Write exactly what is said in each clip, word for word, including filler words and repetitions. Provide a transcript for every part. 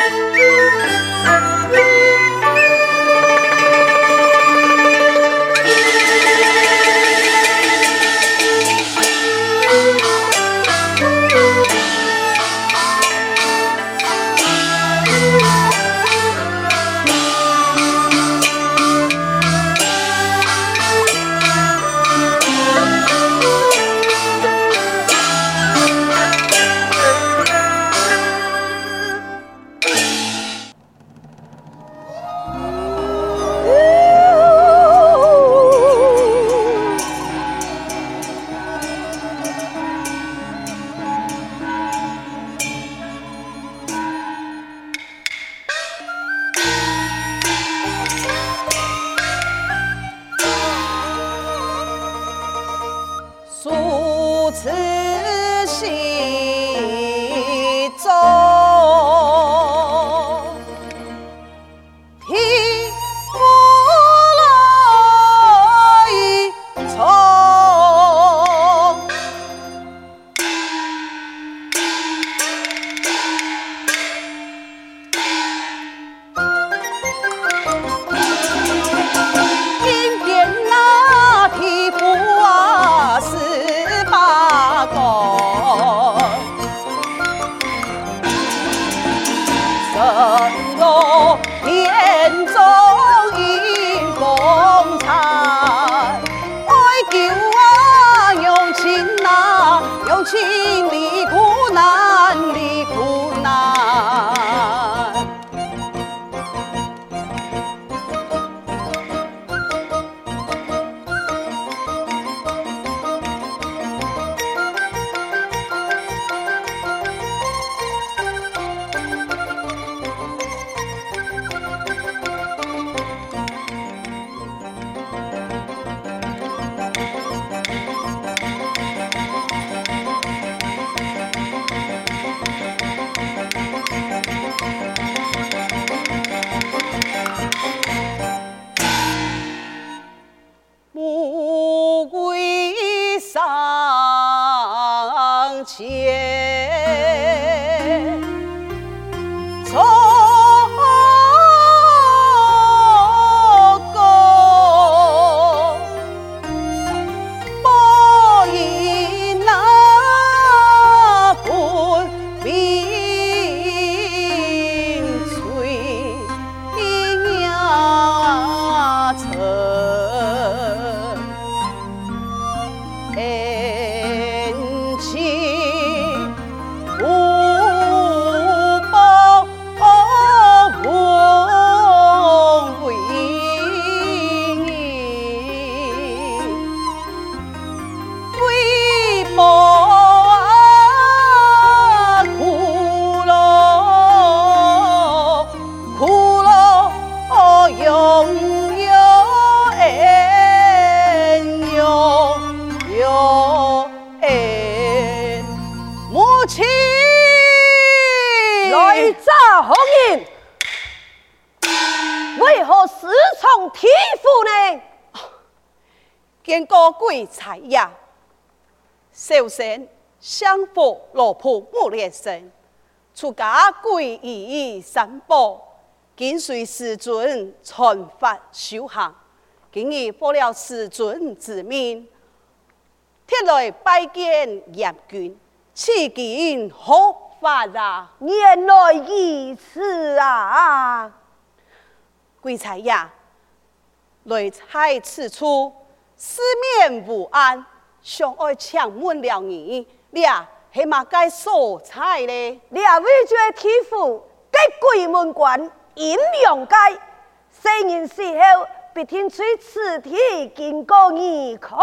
见过鬼才呀，首先相府罗铺木列生，出家鬼以三宝，跟随师尊传法修行，今日报了师尊之命，贴来拜见阎君，此件何法啊？ 原来如此啊！ 鬼才呀，来在此处。四面无安，想爱抢问了你，俩起码该所菜咧。 俩为做天父，给鬼门关阴阳界，四年时候必定吹此题经过你看。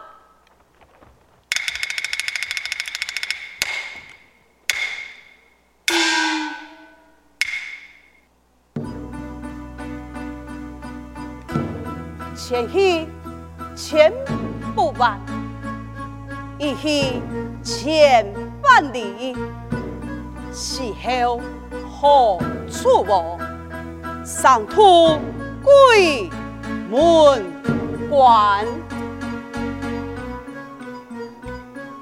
前去。千不完，一去千万里，时候何处无？上土鬼门关，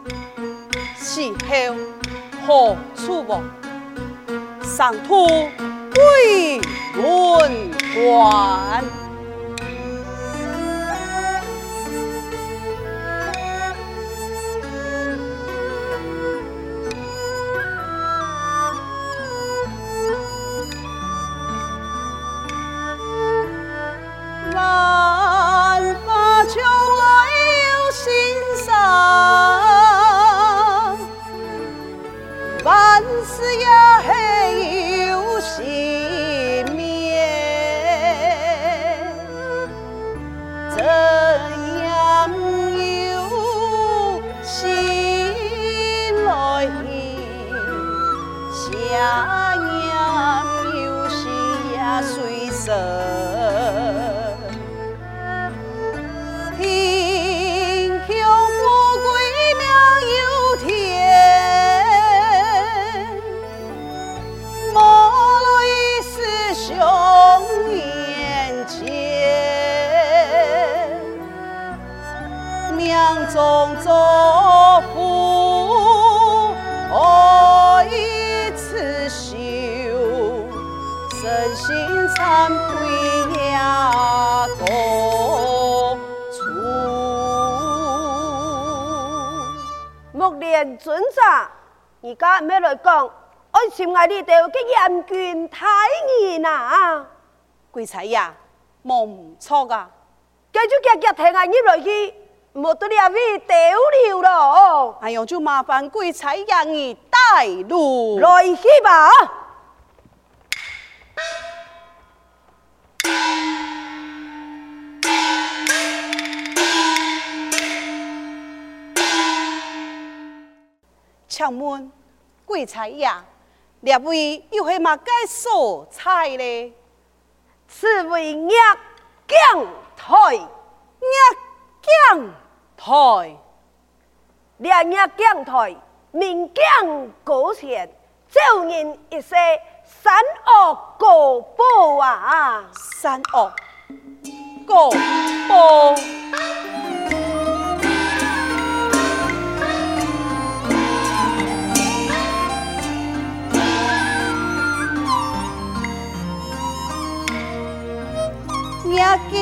时候何处无？上土。 鬼门关。中作福，爱一次修，身心惭愧呀各处。 目连尊者，而家咩来讲？爱心爱你哋嘅严峻太严啊！ 鬼才呀，冇唔错啊！ 繼續日日聽下入來去。冇對你阿妹丟了咯！ 哎呦，就麻煩鬼差讓你帶路來去吧。 請問鬼差呀，列位又係乜嘅所菜咧？ 此為壓鏡台， 壓鏡台， 兩壓鏡台，名鏡高前，照人一世三惡高寶啊！ 三惡高寶。压鏡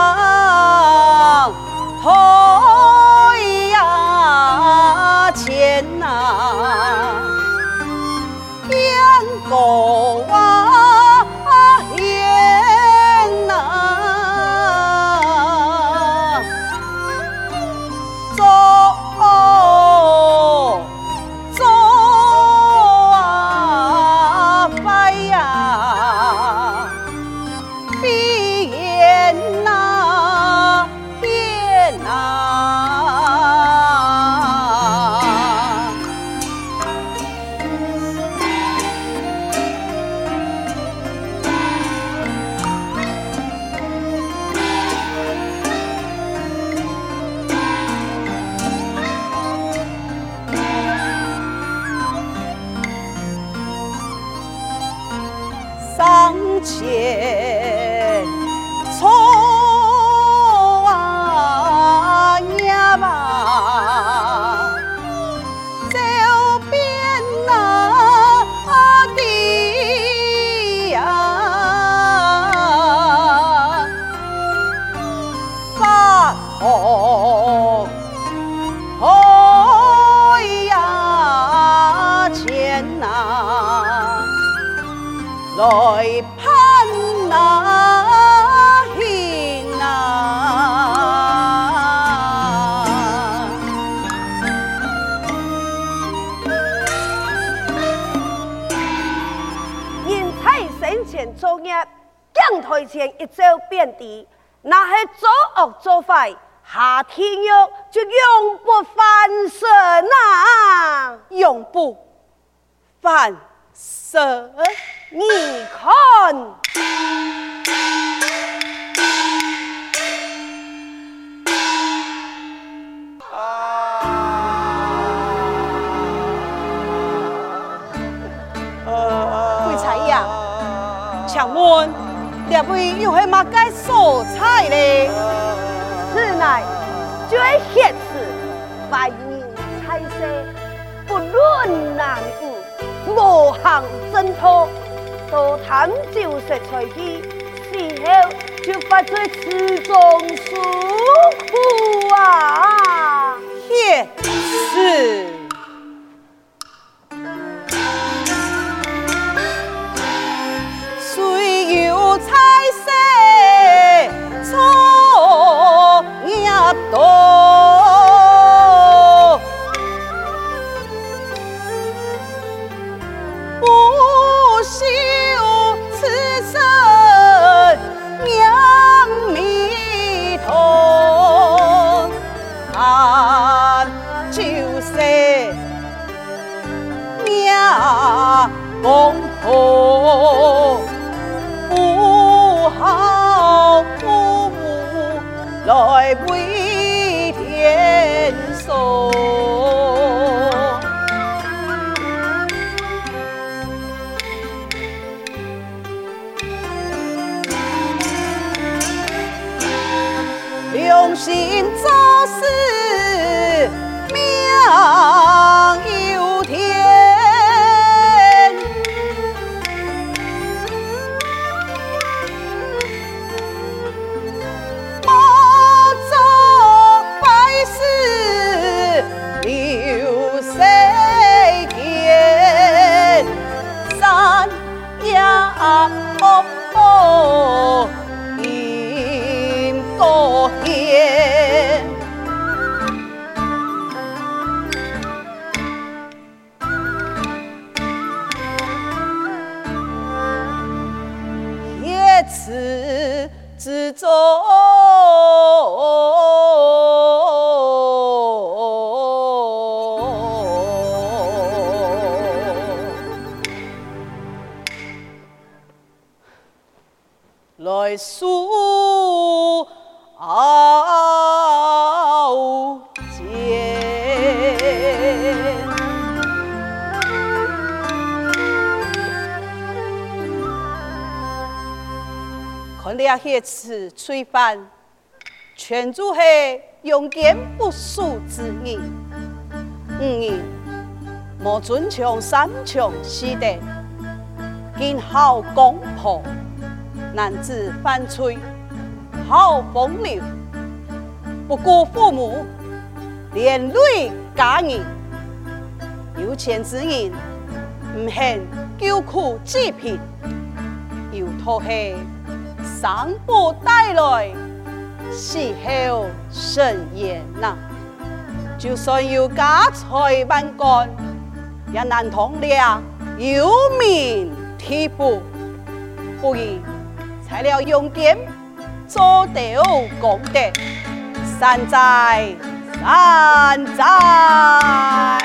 台呀前啊，眼高啊眼啊，走走啊快呀，闭眼呐眼呐。上前冲啊呀吧，走遍那地呀，发红红呀前呐。來攀那牽啊！ 人才生前作業，鏡台前一朝變地，那係作惡作壞，下天獄就永不翻身啊！ 永不翻身。 你看， 鬼差呀，請問列位又係乜嘅所菜咧？ 此乃最現實，凡人菜色，不論男女，無行掙脫。 多贪酒食财气，事后就发出此种诉苦啊！ 也是。虽有彩色错业多。公婆不好父母来为天送，良心做事命由天。婆婆应过天，也此之中。来诉傲见，看了些次罪犯，全主是勇敢不输之人。五人莫尊重三强四德，今后公婆。男子犯罪好风流，不顾父母，连累家人。有钱之人唔肯救苦济贫，又托系生不带来，死后神言呐。就算有家财万贯，也难同了有名替补，不如。材料用剑做掉功德，善哉善哉。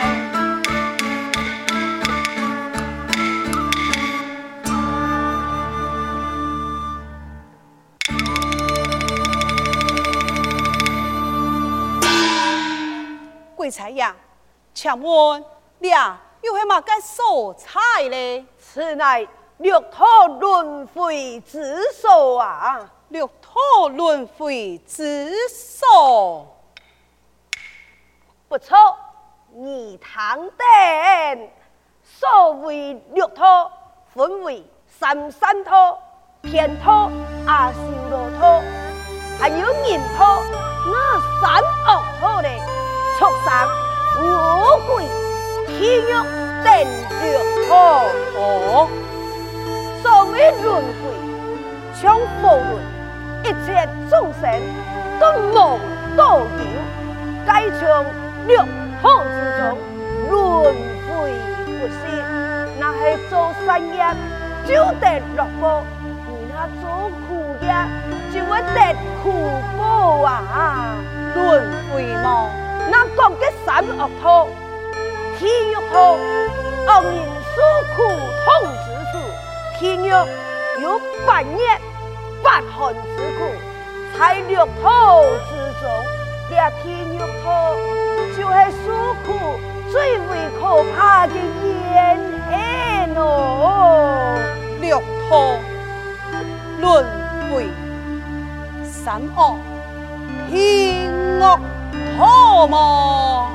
贵才呀，请问俩又系嘛个素菜嘞？ 此乃六托轮回之所啊！ 六托轮回之所， 不错，二堂等。所谓六托，分为三山托、天托、阿修罗托，还有人托。那三恶托嘞，畜生、恶鬼、天狱等六托。 哦。 所谓轮回，像佛轮，一切众生都梦多有，该从六道之中轮回不息。那是做善业就得乐报，你那做苦业就会得苦报啊！ 轮回嘛， 那讲嘅三恶道，天狱道，恶人所苦痛之处。天狱有百年百寒之苦，在六道之中，这天狱道就是受苦最为可怕的严寒哦。 六道轮回，三恶天恶道嘛。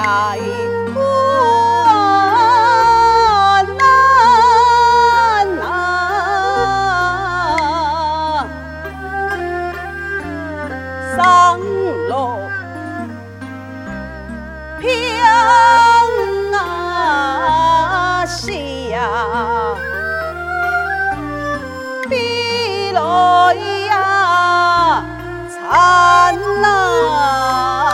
来不难啊，上路平啊西呀，比来呀惨呐。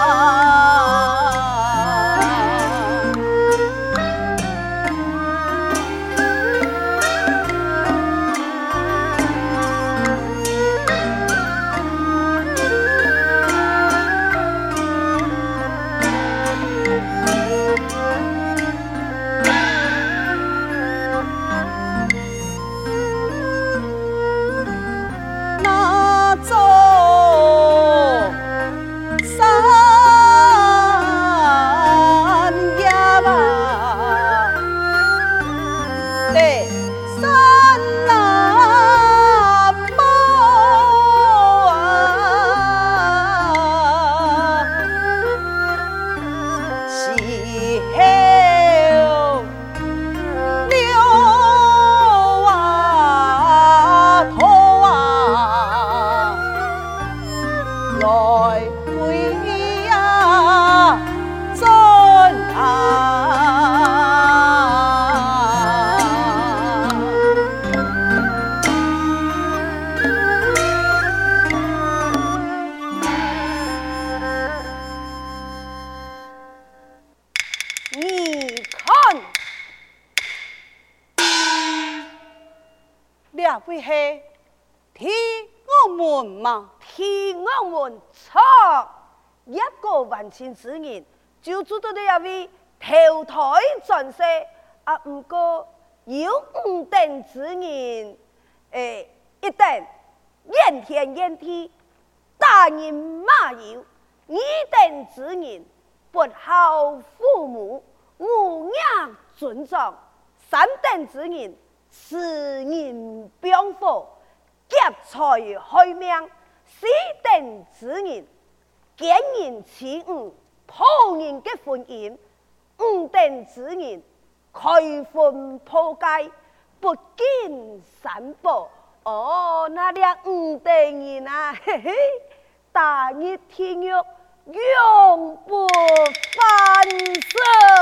为何天安门嘛？ 天安门错，一个万千之人就做到了一位投胎转世，啊，不过有五等之人，诶，一等怨天怨地，大人骂有；二等之人不孝父母，无养尊长；三等之人。是人兵法，劫财害命；四等之人，奸人欺侮，破人的婚姻；五等之人，开婚破戒，不敬三宝。哦，那俩五等人啊，嘿嘿，大日天狱，永不翻身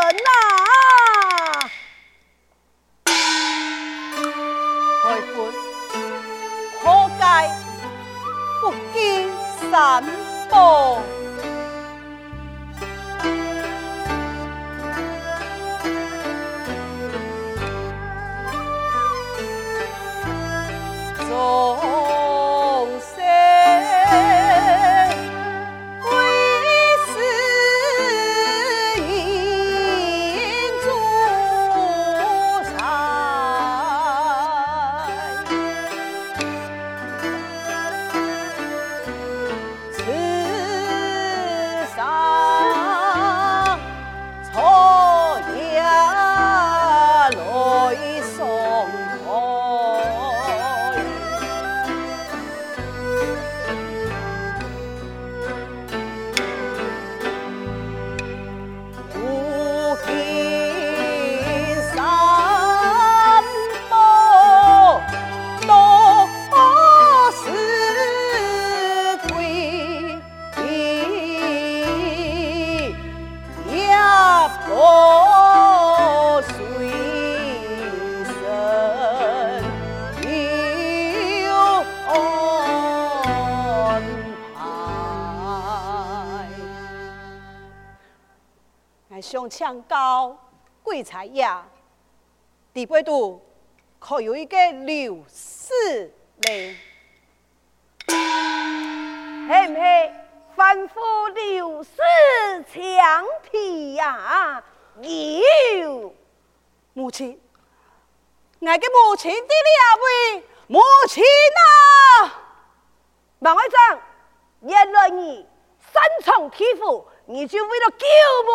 啊！ 开婚破戒不敬三宝，终身为世因主财。上墙高贵才呀，第八度可有一个刘氏嘞？ 是不是吩咐刘氏强提呀？有母亲，我的母亲的两位母亲啊！ 王会长，原来你三重天父。你就为了救母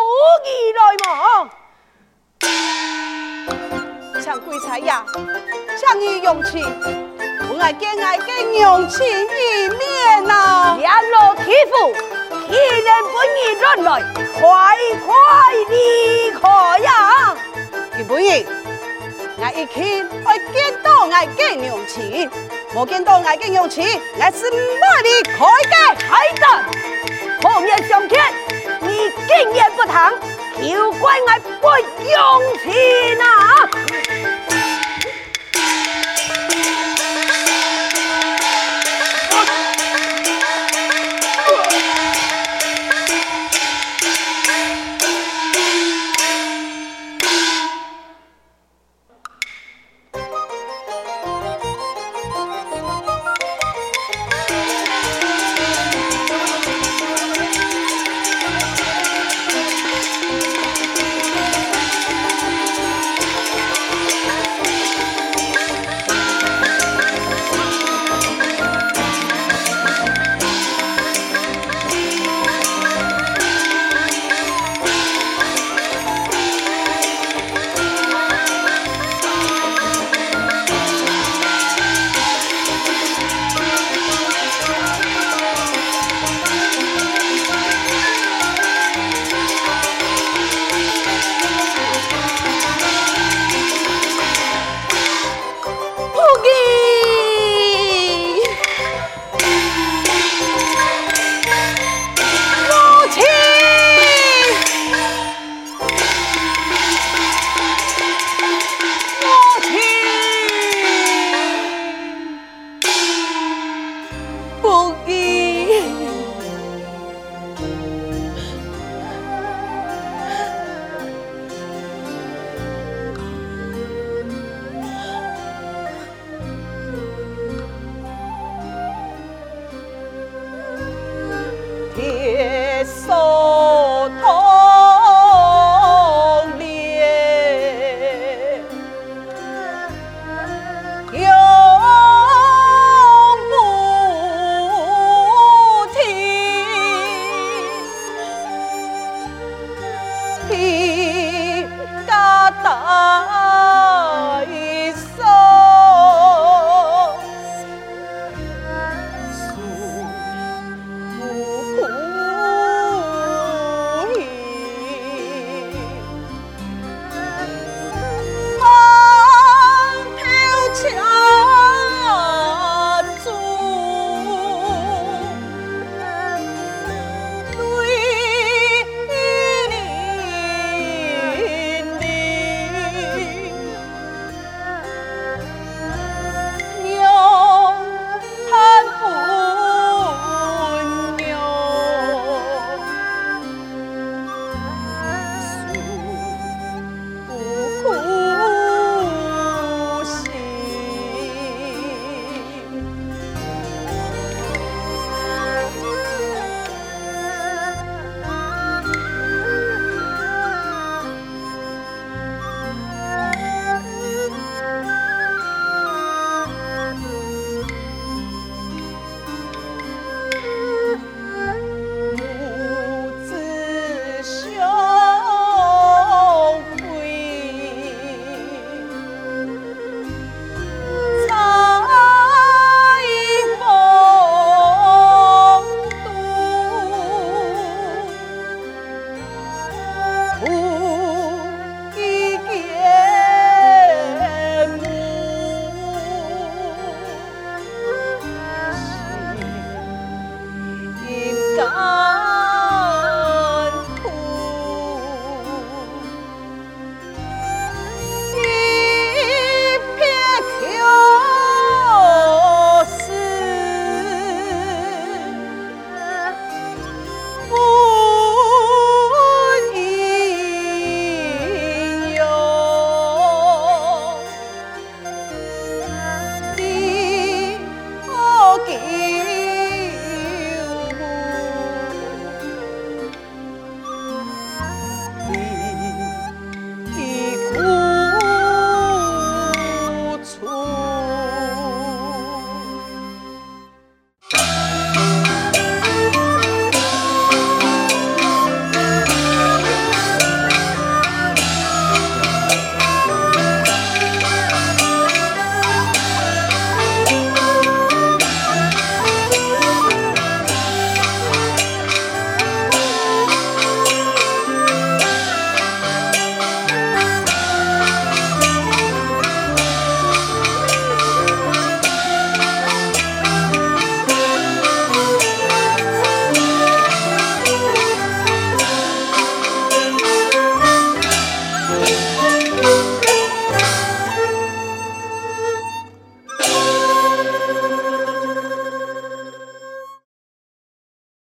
而来嘛？ 像贵才呀，像你勇气，我爱见爱跟勇气一面呐。 原来天父既然本意转来，快快离开呀！ 根本意，我一看我见到我嘅娘亲，冇見到我嘅娘親，我是唔會離開嘅。 海膽，後面相見，你竟然不談，休怪我不用情啊！ 家大。